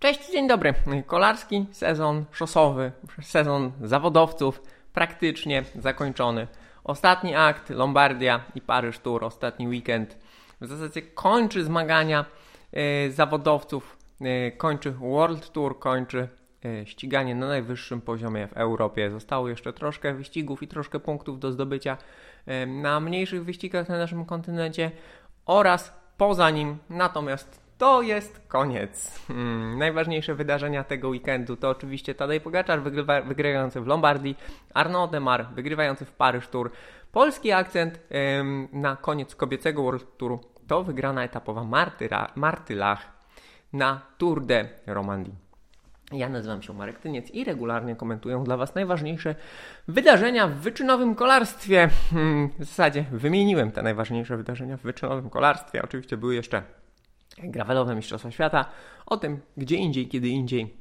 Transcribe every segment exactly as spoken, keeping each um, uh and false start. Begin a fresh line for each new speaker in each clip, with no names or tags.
Cześć, dzień dobry. Kolarski sezon szosowy, sezon zawodowców praktycznie zakończony. Ostatni akt Lombardia i Paryż Tour, ostatni weekend w zasadzie kończy zmagania e, zawodowców, e, kończy World Tour, kończy e, ściganie na najwyższym poziomie w Europie. Zostało jeszcze troszkę wyścigów i troszkę punktów do zdobycia e, na mniejszych wyścigach na naszym kontynencie oraz poza nim, natomiast to jest koniec. Hmm, najważniejsze wydarzenia tego weekendu to oczywiście Tadej Pogaczar wygrywa, wygrywający w Lombardii, Arnaud Démare wygrywający w Paryż Tour. Polski akcent ym, na koniec kobiecego World Touru to wygrana etapowa Marty, Marty Lach na Tour de Romandie. Ja nazywam się Marek Tyniec i regularnie komentuję dla Was najważniejsze wydarzenia w wyczynowym kolarstwie. Hmm, w zasadzie wymieniłem te najważniejsze wydarzenia w wyczynowym kolarstwie. Oczywiście były jeszcze gravelowe Mistrzostwa Świata. O tym gdzie indziej, kiedy indziej.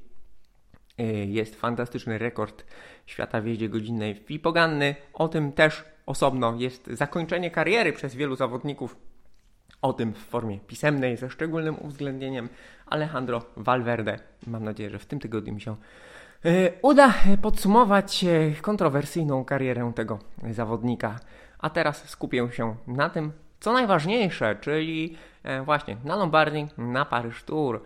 Jest fantastyczny rekord świata w jeździe godzinnej w Poganny. O tym też osobno jest zakończenie kariery przez wielu zawodników. O tym w formie pisemnej ze szczególnym uwzględnieniem Alejandro Valverde. Mam nadzieję, że w tym tygodniu mi się uda podsumować kontrowersyjną karierę tego zawodnika. A teraz skupię się na tym, co najważniejsze, czyli właśnie na Lombardii, na Paryż Tour.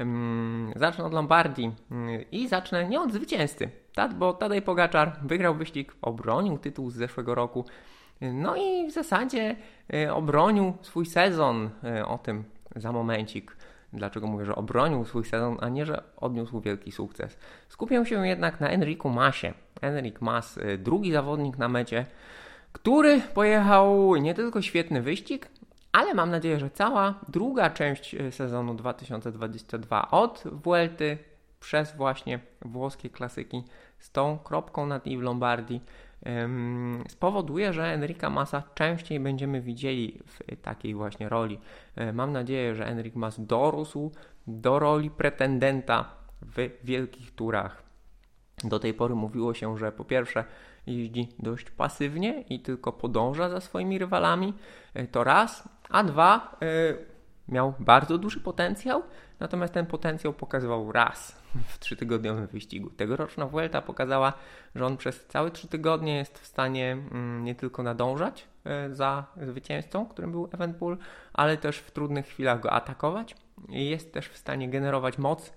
Zacznę od Lombardii i zacznę nie od zwycięzcy, bo Tadej Pogaczar wygrał wyścig, obronił tytuł z zeszłego roku. No i w zasadzie obronił swój sezon. O tym za momencik. Dlaczego mówię, że obronił swój sezon, a nie, że odniósł wielki sukces. Skupię się jednak na Enricu Masie. Enric Mas, drugi zawodnik na mecie, który pojechał nie tylko świetny wyścig, ale mam nadzieję, że cała druga część sezonu dwa tysiące dwudziestego drugiego od Vuelty przez właśnie włoskie klasyki z tą kropką nad i w Lombardii ym, spowoduje, że Enrica Masa częściej będziemy widzieli w takiej właśnie roli. Yy, mam nadzieję, że Enric Mas dorósł do roli pretendenta w wielkich turach. Do tej pory mówiło się, że po pierwsze jeździ dość pasywnie i tylko podąża za swoimi rywalami, to raz, a dwa, yy, miał bardzo duży potencjał, natomiast ten potencjał pokazywał raz w trzytygodniowym wyścigu. Tegoroczna Vuelta pokazała, że on przez całe trzy tygodnie jest w stanie yy, nie tylko nadążać yy, za zwycięzcą, którym był Evenepoel, ale też w trudnych chwilach go atakować i jest też w stanie generować moc,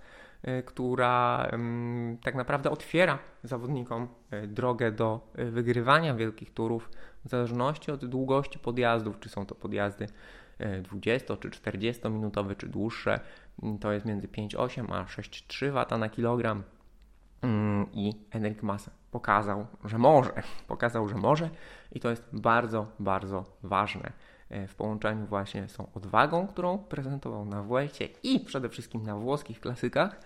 która um, tak naprawdę otwiera zawodnikom drogę do wygrywania wielkich turów w zależności od długości podjazdów, czy są to podjazdy dwudziesto czy czterdziesto minutowe, czy dłuższe. To jest między pięć przecinek osiem a sześć przecinek trzy wata na kilogram um, i Enric Mas pokazał, że może. Pokazał, że może i to jest bardzo, bardzo ważne. W połączeniu właśnie z tą odwagą, którą prezentował na Vuelcie i przede wszystkim na włoskich klasykach.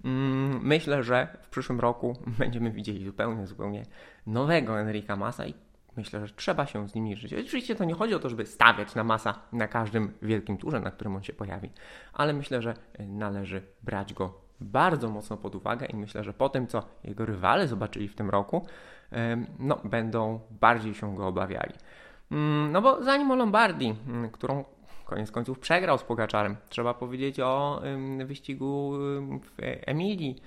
Myślę, że w przyszłym roku będziemy widzieli zupełnie, zupełnie nowego Enrica Masa i myślę, że trzeba się z nim mierzyć. Oczywiście to nie chodzi o to, żeby stawiać na Masa na każdym wielkim turze, na którym on się pojawi, ale myślę, że należy brać go bardzo mocno pod uwagę i myślę, że po tym, co jego rywale zobaczyli w tym roku, no, będą bardziej się go obawiali. No bo zanim o Lombardii, którą koniec końców przegrał z Pogaczarem, trzeba powiedzieć o wyścigu w Emilii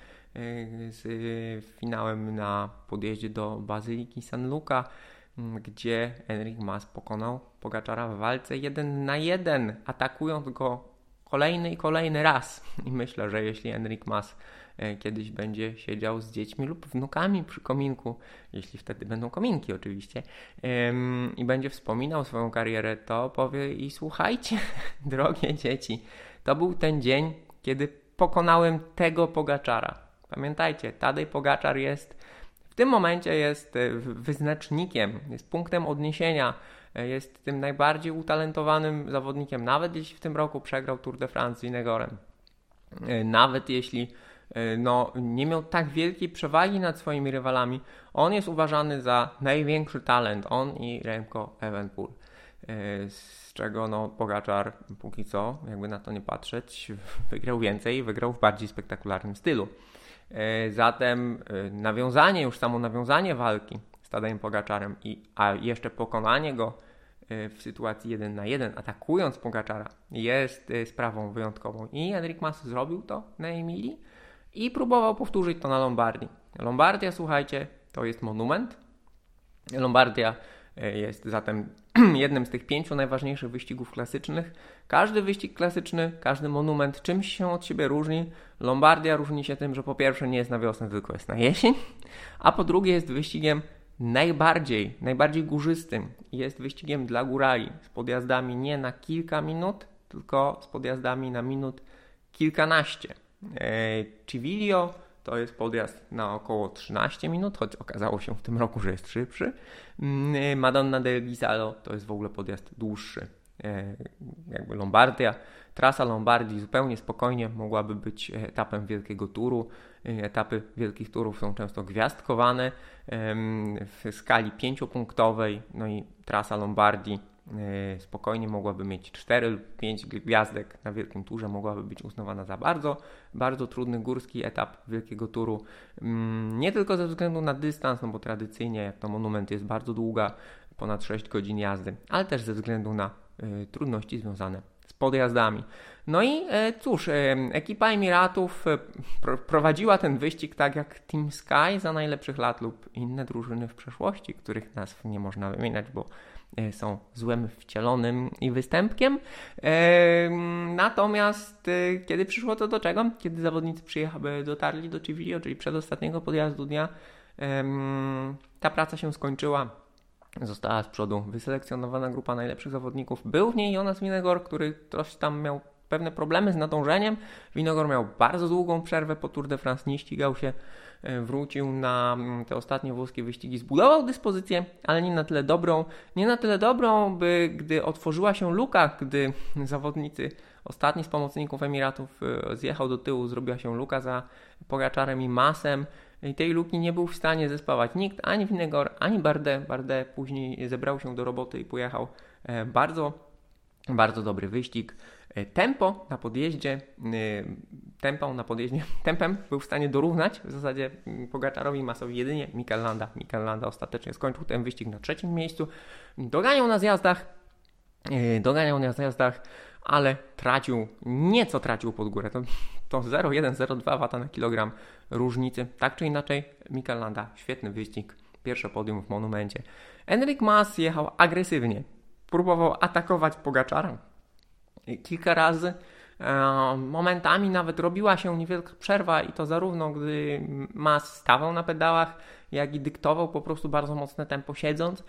z finałem na podjeździe do Bazyliki San Luca, gdzie Enric Mas pokonał Pogaczara w walce jeden na jeden, atakując go kolejny i kolejny raz. I myślę, że jeśli Enric Mas kiedyś będzie siedział z dziećmi lub wnukami przy kominku, jeśli wtedy będą kominki oczywiście, ym, i będzie wspominał swoją karierę, to powie i słuchajcie, drogie dzieci, to był ten dzień, kiedy pokonałem tego Pogaczara. Pamiętajcie, Tadej Pogaczar jest w tym momencie jest wyznacznikiem, jest punktem odniesienia, jest tym najbardziej utalentowanym zawodnikiem, nawet jeśli w tym roku przegrał Tour de France z Vinegorem. Nawet jeśli no, nie miał tak wielkiej przewagi nad swoimi rywalami, on jest uważany za największy talent, on i Remco Evenepoel, z czego no, Pogaczar póki co, jakby na to nie patrzeć, wygrał więcej, wygrał w bardziej spektakularnym stylu. Zatem nawiązanie, już samo nawiązanie walki z Tadejem Pogaczarem, i, a jeszcze pokonanie go w sytuacji jeden na jeden, atakując Pogaczara, jest sprawą wyjątkową. I Enric Mas zrobił to na Emilii i próbował powtórzyć to na Lombardii. Lombardia, słuchajcie, to jest monument. Lombardia jest zatem jednym z tych pięciu najważniejszych wyścigów klasycznych. Każdy wyścig klasyczny, każdy monument czymś się od siebie różni. Lombardia różni się tym, że po pierwsze nie jest na wiosnę, tylko jest na jesień, a po drugie jest wyścigiem najbardziej, najbardziej górzystym. Jest wyścigiem dla górali, z podjazdami nie na kilka minut, tylko z podjazdami na minut kilkanaście. Civilio to jest podjazd na około trzynaście minut, choć okazało się w tym roku, że jest szybszy. Madonna del Ghisallo to jest w ogóle podjazd dłuższy. Jakby Lombardia, trasa Lombardii zupełnie spokojnie mogłaby być etapem wielkiego turu. Etapy wielkich turów są często gwiazdkowane w skali pięciopunktowej, no i trasa Lombardii spokojnie mogłaby mieć cztery lub pięć gwiazdek na wielkim turze, mogłaby być uznawana za bardzo, bardzo trudny górski etap wielkiego turu. Nie tylko ze względu na dystans, no bo tradycyjnie jak to monument jest bardzo długa, ponad sześć godzin jazdy, ale też ze względu na y, trudności związane z podjazdami. No i y, cóż, y, ekipa Emiratów y, pro, prowadziła ten wyścig tak jak Team Sky za najlepszych lat lub inne drużyny w przeszłości, których nazw nie można wymieniać, bo y, są złem wcielonym i występkiem. Y, natomiast y, kiedy przyszło to do czego? Kiedy zawodnicy przyjechali, dotarli do Civilio, czyli przedostatniego podjazdu dnia, y, ta praca się skończyła. Została z przodu wyselekcjonowana grupa najlepszych zawodników. Był w niej Jonas Vingegaard, który troszkę tam miał pewne problemy z nadążeniem. Vingegaard miał bardzo długą przerwę po Tour de France, nie ścigał się, wrócił na te ostatnie włoskie wyścigi, zbudował dyspozycję, ale nie na tyle dobrą. Nie na tyle dobrą, by gdy otworzyła się luka, gdy zawodnicy, ostatni z pomocników Emiratów zjechał do tyłu, zrobiła się luka za Pogaczarem i Masem. I tej luki nie był w stanie zespawać nikt, ani Vingegaard, ani Bardet. Bardet później zebrał się do roboty i pojechał bardzo, bardzo dobry wyścig. Tempo na podjeździe, tempo na podjeździe, tempem był w stanie dorównać w zasadzie Pogaczarowi i Masowi jedynie Mikel Landa. Mikel Landa ostatecznie skończył ten wyścig na trzecim miejscu. Doganiał na zjazdach, doganiał na zjazdach, ale tracił, nieco tracił pod górę. To, to zero przecinek jeden zero dwa wata na kilogram różnicy. Tak czy inaczej, Mikel Landa, świetny wyścig, pierwsze podium w monumencie. Enric Mas jechał agresywnie, próbował atakować Pogaczara kilka razy. Momentami nawet robiła się niewielka przerwa i to zarówno gdy Mas stawał na pedałach, jak i dyktował po prostu bardzo mocne tempo siedząc.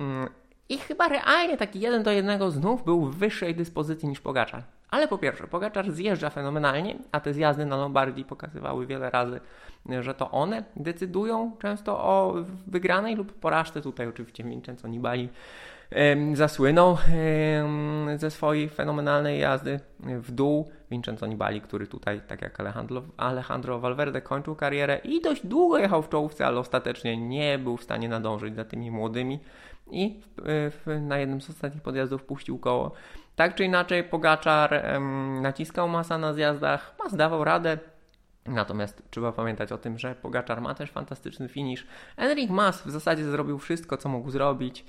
I chyba realnie taki jeden do jednego znów był w wyższej dyspozycji niż Pogaczar. Ale po pierwsze, Pogaczar zjeżdża fenomenalnie, a te zjazdy na Lombardii pokazywały wiele razy, że to one decydują często o wygranej lub porażce. Tutaj oczywiście Vincenzo Nibali em, zasłynął em, ze swojej fenomenalnej jazdy w dół. Vincenzo Nibali, który tutaj, tak jak Alejandro, Alejandro Valverde, kończył karierę i dość długo jechał w czołówce, ale ostatecznie nie był w stanie nadążyć za tymi młodymi i w, w, na jednym z ostatnich podjazdów puścił koło. Tak czy inaczej Pogaczar em, naciskał Masa na zjazdach, Mas dawał radę, natomiast trzeba pamiętać o tym, że Pogaczar ma też fantastyczny finish. Enric Mas w zasadzie zrobił wszystko, co mógł zrobić.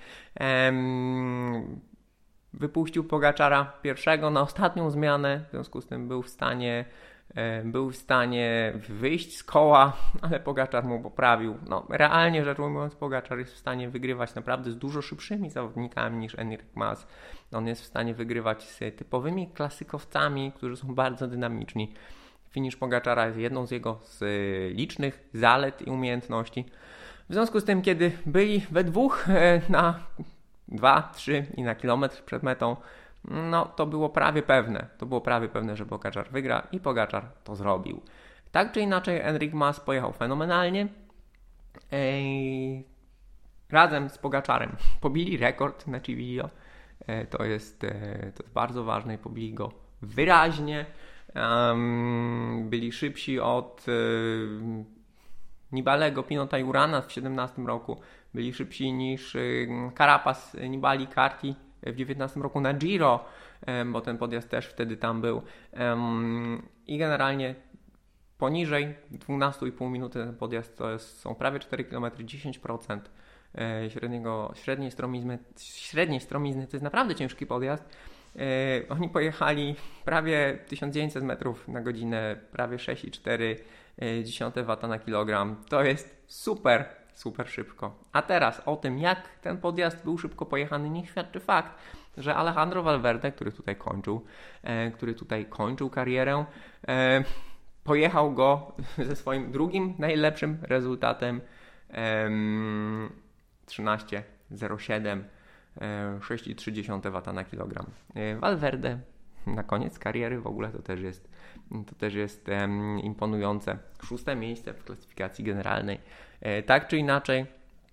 Em, wypuścił Pogaczara pierwszego na ostatnią zmianę, w związku z tym był w stanie był w stanie wyjść z koła, ale Pogaczar mu poprawił. No, realnie rzecz ujmując, Pogaczar jest w stanie wygrywać naprawdę z dużo szybszymi zawodnikami niż Enric Mas. On jest w stanie wygrywać z typowymi klasykowcami, którzy są bardzo dynamiczni. Finish Pogaczara jest jedną z jego z licznych zalet i umiejętności. W związku z tym, kiedy byli we dwóch na dwa, trzy i na kilometr przed metą, no to było prawie pewne, to było prawie pewne, że Pogaczar wygra i Pogaczar to zrobił. Tak czy inaczej Enric Mas pojechał fenomenalnie. Eee, razem z Pogaczarem pobili rekord na Civilio. Eee, to, jest, e, to jest bardzo ważne i pobili go wyraźnie. Um, byli szybsi od e, Nibalego, Pinota i Urana w siedemnastym roku. Byli szybsi niż e, Carapaz, Nibali, Carti w dziewiętnastym roku na Giro, bo ten podjazd też wtedy tam był. I generalnie poniżej dwanaście i pół minuty ten podjazd to jest, są prawie cztery kilometry, dziesięć procent średniego, średniej stromizny, średniej stromizny, to jest naprawdę ciężki podjazd. Oni pojechali prawie tysiąc dziewięćset metrów na godzinę, prawie sześć przecinek cztery wata na kilogram. To jest super, super szybko. A teraz o tym, jak ten podjazd był szybko pojechany, niech świadczy fakt, że Alejandro Valverde, który tutaj kończył, e, który tutaj kończył karierę, e, pojechał go ze swoim drugim najlepszym rezultatem e, trzynaście zero siedem, e, sześć przecinek trzy wata na kilogram. E, Valverde na koniec kariery w ogóle to też jest, to też jest e, imponujące. Szóste miejsce w klasyfikacji generalnej. E, tak czy inaczej,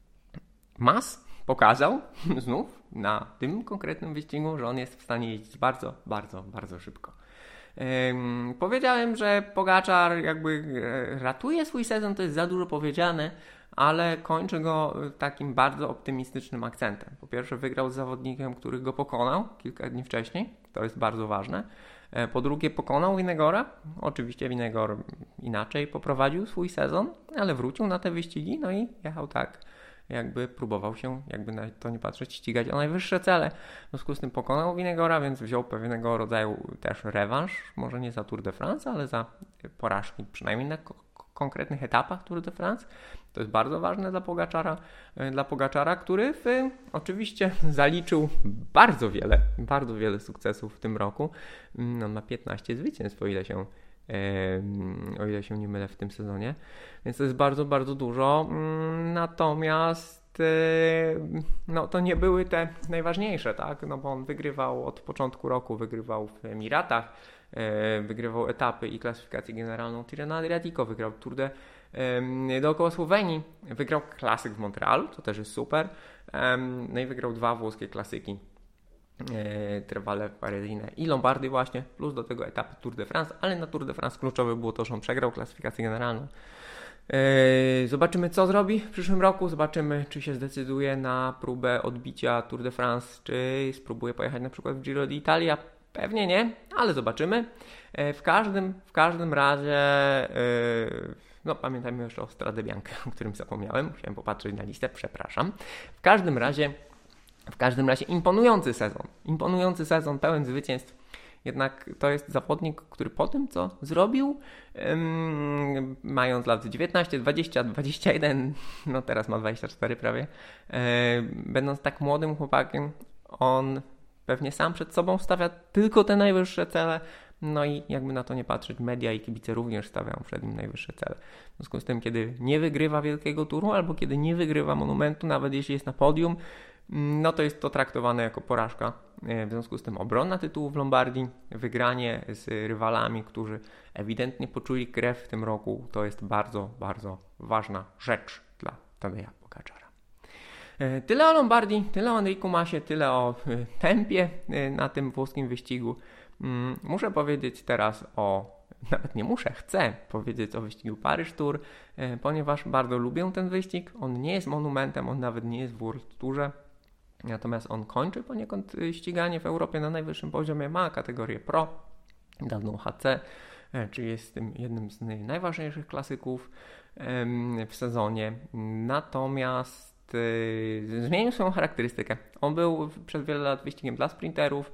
Mas pokazał znów na tym konkretnym wyścigu, że on jest w stanie jeździć bardzo, bardzo, bardzo szybko. Ym, powiedziałem, że Pogačar jakby ratuje swój sezon, to jest za dużo powiedziane, ale kończy go takim bardzo optymistycznym akcentem. Po pierwsze, wygrał z zawodnikiem, który go pokonał kilka dni wcześniej, to jest bardzo ważne. Po drugie, pokonał Vinegora. Oczywiście Vinegor inaczej poprowadził swój sezon, ale wrócił na te wyścigi, no i jechał tak, jakby próbował się, jakby na to nie patrzeć, ścigać o najwyższe cele. W związku z tym pokonał Vinegora, więc wziął pewnego rodzaju też rewanż, może nie za Tour de France, ale za porażki, przynajmniej na ko- konkretnych etapach Tour de France. To jest bardzo ważne dla Pogačara, dla Pogačara, który w, oczywiście zaliczył bardzo wiele, bardzo wiele sukcesów w tym roku. On ma piętnaście zwycięstw, o ile się o ile się nie mylę w tym sezonie, więc to jest bardzo, bardzo dużo, natomiast no to nie były te najważniejsze, tak, no bo on wygrywał od początku roku, wygrywał w Emiratach, wygrywał etapy i klasyfikację generalną Tirreno Adriatico, wygrał Tour de dookoła Słowenii, wygrał klasyk w Montrealu, to też jest super, no i wygrał dwa włoskie klasyki, Trevale, Paredine i Lombardy właśnie, plus do tego etapy Tour de France, ale na Tour de France kluczowe było to, że on przegrał klasyfikację generalną. Zobaczymy, co zrobi w przyszłym roku, zobaczymy, czy się zdecyduje na próbę odbicia Tour de France, czy spróbuje pojechać na przykład w Giro d'Italia. Pewnie nie, ale zobaczymy. W każdym, w każdym razie no pamiętajmy jeszcze o Strade Bianche, o którym zapomniałem, musiałem popatrzeć na listę, przepraszam. W każdym razie W każdym razie imponujący sezon. Imponujący sezon, pełen zwycięstw. Jednak to jest zawodnik, który po tym, co zrobił, ym, mając lat dziewiętnaście, dwadzieścia, dwadzieścia jeden, no teraz ma dwadzieścia cztery prawie, yy, będąc tak młodym chłopakiem, on pewnie sam przed sobą stawia tylko te najwyższe cele. No i jakby na to nie patrzeć, media i kibice również stawiają przed nim najwyższe cele. W związku z tym, kiedy nie wygrywa wielkiego turu, albo kiedy nie wygrywa monumentu, nawet jeśli jest na podium, no to jest to traktowane jako porażka. W związku z tym obrona tytułu w Lombardii, wygranie z rywalami, którzy ewidentnie poczuli krew w tym roku, to jest bardzo, bardzo ważna rzecz dla Tadeja Pogačara. Tyle o Lombardii, tyle o Enricu Masie, tyle o tempie na tym włoskim wyścigu. Muszę powiedzieć teraz o, nawet nie muszę, chcę powiedzieć o wyścigu Paryż Tour, ponieważ bardzo lubię ten wyścig. On nie jest monumentem, on nawet nie jest w World Tourze. Natomiast on kończy poniekąd ściganie w Europie na najwyższym poziomie, ma kategorię Pro, dawną H C, czyli jest tym jednym z najważniejszych klasyków w sezonie. Natomiast zmienił swoją charakterystykę. On był przez wiele lat wyścigiem dla sprinterów,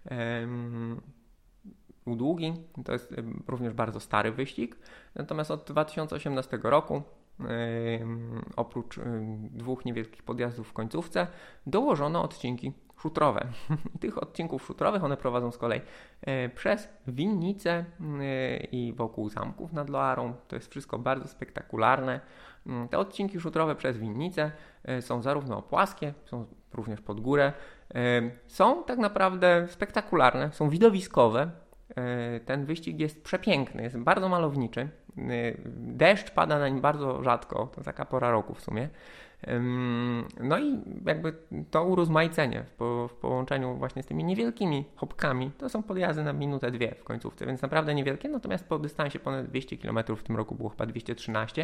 był długi, to jest również bardzo stary wyścig, natomiast od dwa tysiące osiemnastego roku Yy, oprócz yy, dwóch niewielkich podjazdów w końcówce dołożono odcinki szutrowe. I tych odcinków szutrowych one prowadzą z kolei yy, przez winnice yy, i wokół zamków nad Loarą. To jest wszystko bardzo spektakularne. Yy, te odcinki szutrowe przez winnice yy, są zarówno płaskie, są również pod górę. Yy, są tak naprawdę spektakularne, są widowiskowe. Ten wyścig jest przepiękny, jest bardzo malowniczy. Deszcz pada na nim bardzo rzadko, to taka pora roku w sumie. No i jakby to urozmaicenie w, po, w połączeniu właśnie z tymi niewielkimi hopkami, to są podjazdy na minutę, dwie w końcówce, więc naprawdę niewielkie, natomiast po dystansie ponad dwieście kilometrów w tym roku było chyba dwieście trzynaście.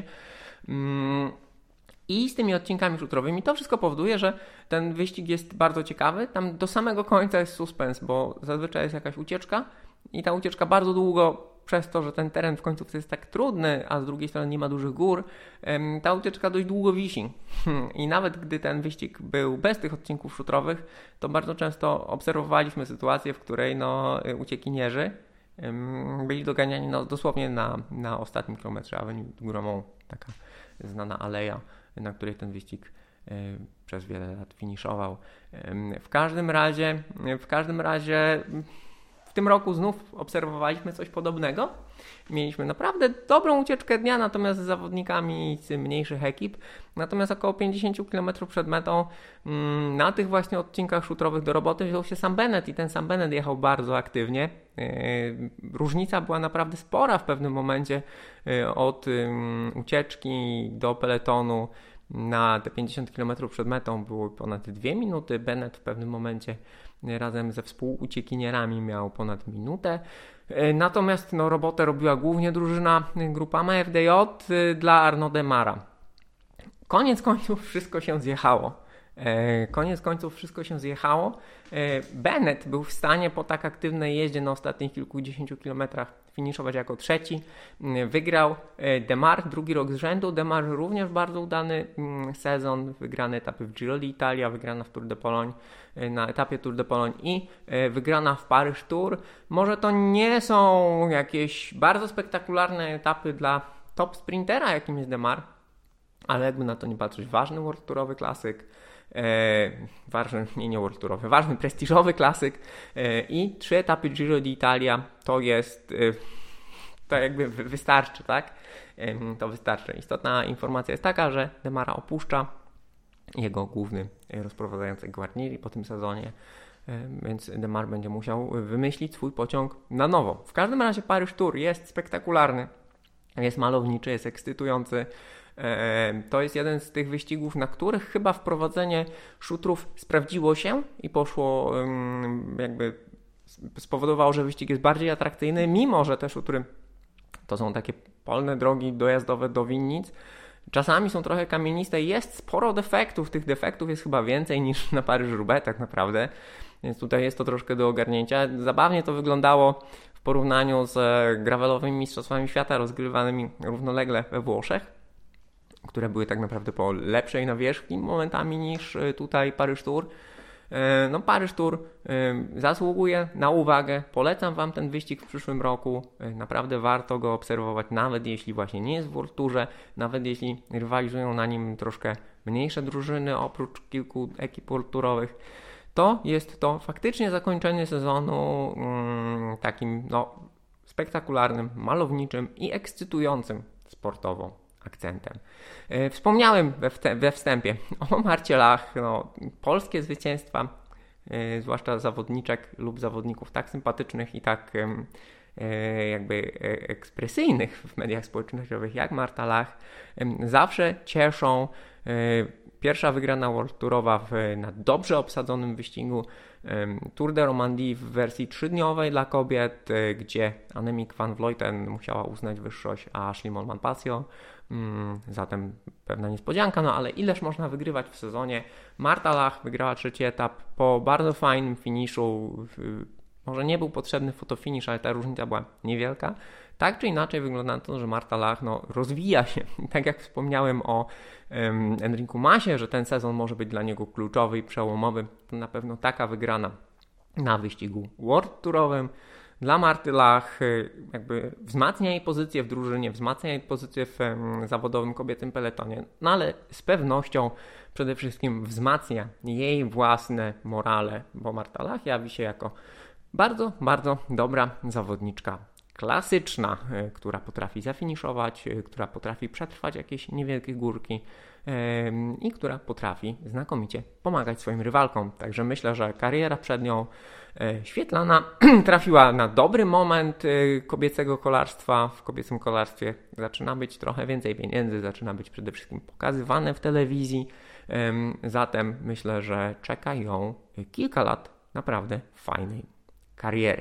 I z tymi odcinkami szutrowymi to wszystko powoduje, że ten wyścig jest bardzo ciekawy. Tam do samego końca jest suspens, bo zazwyczaj jest jakaś ucieczka i ta ucieczka bardzo długo przez to, że ten teren w końcówce jest tak trudny, a z drugiej strony nie ma dużych gór, ta ucieczka dość długo wisi. I nawet gdy ten wyścig był bez tych odcinków szutrowych, to bardzo często obserwowaliśmy sytuację, w której no, uciekinierzy byli doganiani no, dosłownie na, na ostatnim kilometrze Avenue du Grand Mont, taka znana aleja, na której ten wyścig przez wiele lat finiszował. W każdym razie, w każdym razie w tym roku znów obserwowaliśmy coś podobnego. Mieliśmy naprawdę dobrą ucieczkę dnia, natomiast z zawodnikami z mniejszych ekip. Natomiast około pięćdziesiąt kilometrów przed metą na tych właśnie odcinkach szutrowych do roboty wziął się Sam Bennett i ten Sam Bennett jechał bardzo aktywnie. Różnica była naprawdę spora w pewnym momencie od ucieczki do peletonu. Na te pięćdziesiąt kilometrów przed metą było ponad dwie minuty. Bennett w pewnym momencie razem ze współuciekinierami miał ponad minutę. Natomiast no, robotę robiła głównie drużyna Groupama F D J dla Arnaud Démara. Koniec końców wszystko się zjechało. Koniec końców wszystko się zjechało. Bennett był w stanie po tak aktywnej jeździe na ostatnich kilkudziesięciu kilometrach finiszować jako trzeci. Wygrał Démare drugi rok z rzędu. Démare również bardzo udany sezon. Wygrane etapy w Giro d'Italia, wygrana w Tour de Pologne, na etapie Tour de Pologne i wygrana w Paryż Tour. Może to nie są jakieś bardzo spektakularne etapy dla top sprintera, jakim jest Démare, ale jakby na to nie patrzeć, ważny World Tourowy klasyk, e, ważny, nie, nie World Tourowy, ważny prestiżowy klasyk e, i trzy etapy Giro d'Italia to jest, e, to jakby wystarczy, tak? E, to wystarczy. Istotna informacja jest taka, że Démara opuszcza, jego główny rozprowadzający Guarnieri po tym sezonie, e, więc Démare będzie musiał wymyślić swój pociąg na nowo. W każdym razie Paryż Tour jest spektakularny, jest malowniczy, jest ekscytujący. To jest jeden z tych wyścigów, na których chyba wprowadzenie szutrów sprawdziło się i poszło, jakby spowodowało, że wyścig jest bardziej atrakcyjny, mimo że te szutry to są takie polne drogi dojazdowe do winnic. Czasami są trochę kamieniste i jest sporo defektów. Tych defektów jest chyba więcej niż na Paryż-Roubaix tak naprawdę, więc tutaj jest to troszkę do ogarnięcia. Zabawnie to wyglądało w porównaniu z gravelowymi mistrzostwami świata rozgrywanymi równolegle we Włoszech, które były tak naprawdę po lepszej nawierzchni momentami niż tutaj Paryż Tour. No Paryż Tour zasługuje na uwagę. Polecam Wam ten wyścig w przyszłym roku. Naprawdę warto go obserwować, nawet jeśli właśnie nie jest w World Tourze, nawet jeśli rywalizują na nim troszkę mniejsze drużyny oprócz kilku ekip World Tourowych. To jest to faktycznie zakończenie sezonu mm, takim no, spektakularnym, malowniczym i ekscytującym sportowo akcentem. Wspomniałem we, wte, we wstępie o Marcie Lach, no, polskie zwycięstwa, yy, zwłaszcza zawodniczek lub zawodników tak sympatycznych i tak yy, jakby yy, ekspresyjnych w mediach społecznościowych jak Marta Lach, yy, zawsze cieszą. Yy, Pierwsza wygrana World Tourowa w, na dobrze obsadzonym wyścigu Tour de Romandie w wersji trzydniowej dla kobiet, gdzie Annemiek van Vleuten musiała uznać wyższość, a Ashleigh Moolman-Pasio. Zatem pewna niespodzianka, no ale ileż można wygrywać w sezonie. Marta Lach wygrała trzeci etap po bardzo fajnym finiszu. Może nie był potrzebny fotofinisz, ale ta różnica była niewielka. Tak czy inaczej wygląda na to, że Marta Lach no, rozwija się. Tak jak wspomniałem o um, Enricu Masie, że ten sezon może być dla niego kluczowy i przełomowy, to na pewno taka wygrana na wyścigu World Tourowym dla Marty Lach jakby wzmacnia jej pozycję w drużynie, wzmacnia jej pozycję w um, zawodowym kobiecym peletonie, no ale z pewnością przede wszystkim wzmacnia jej własne morale, bo Marta Lach jawi się jako bardzo, bardzo dobra zawodniczka klasyczna, która potrafi zafiniszować, która potrafi przetrwać jakieś niewielkie górki i która potrafi znakomicie pomagać swoim rywalkom. Także myślę, że kariera przed nią świetlana trafiła na dobry moment kobiecego kolarstwa. W kobiecym kolarstwie zaczyna być trochę więcej pieniędzy, zaczyna być przede wszystkim pokazywane w telewizji. Zatem myślę, że czeka ją kilka lat naprawdę fajnej kariery.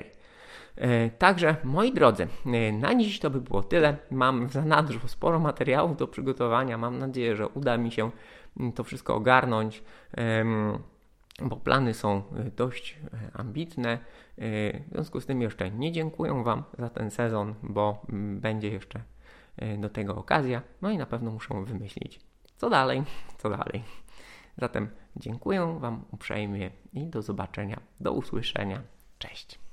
Także moi drodzy, na dziś to by było tyle. Mam w zanadrzu sporo materiałów do przygotowania. Mam nadzieję, że uda mi się to wszystko ogarnąć. bo plany są dość ambitne. W związku z tym jeszcze nie dziękuję Wam za ten sezon, bo będzie jeszcze do tego okazja. No i na pewno muszę wymyślić, co dalej, co dalej. Zatem dziękuję Wam uprzejmie i do zobaczenia, do usłyszenia. Cześć.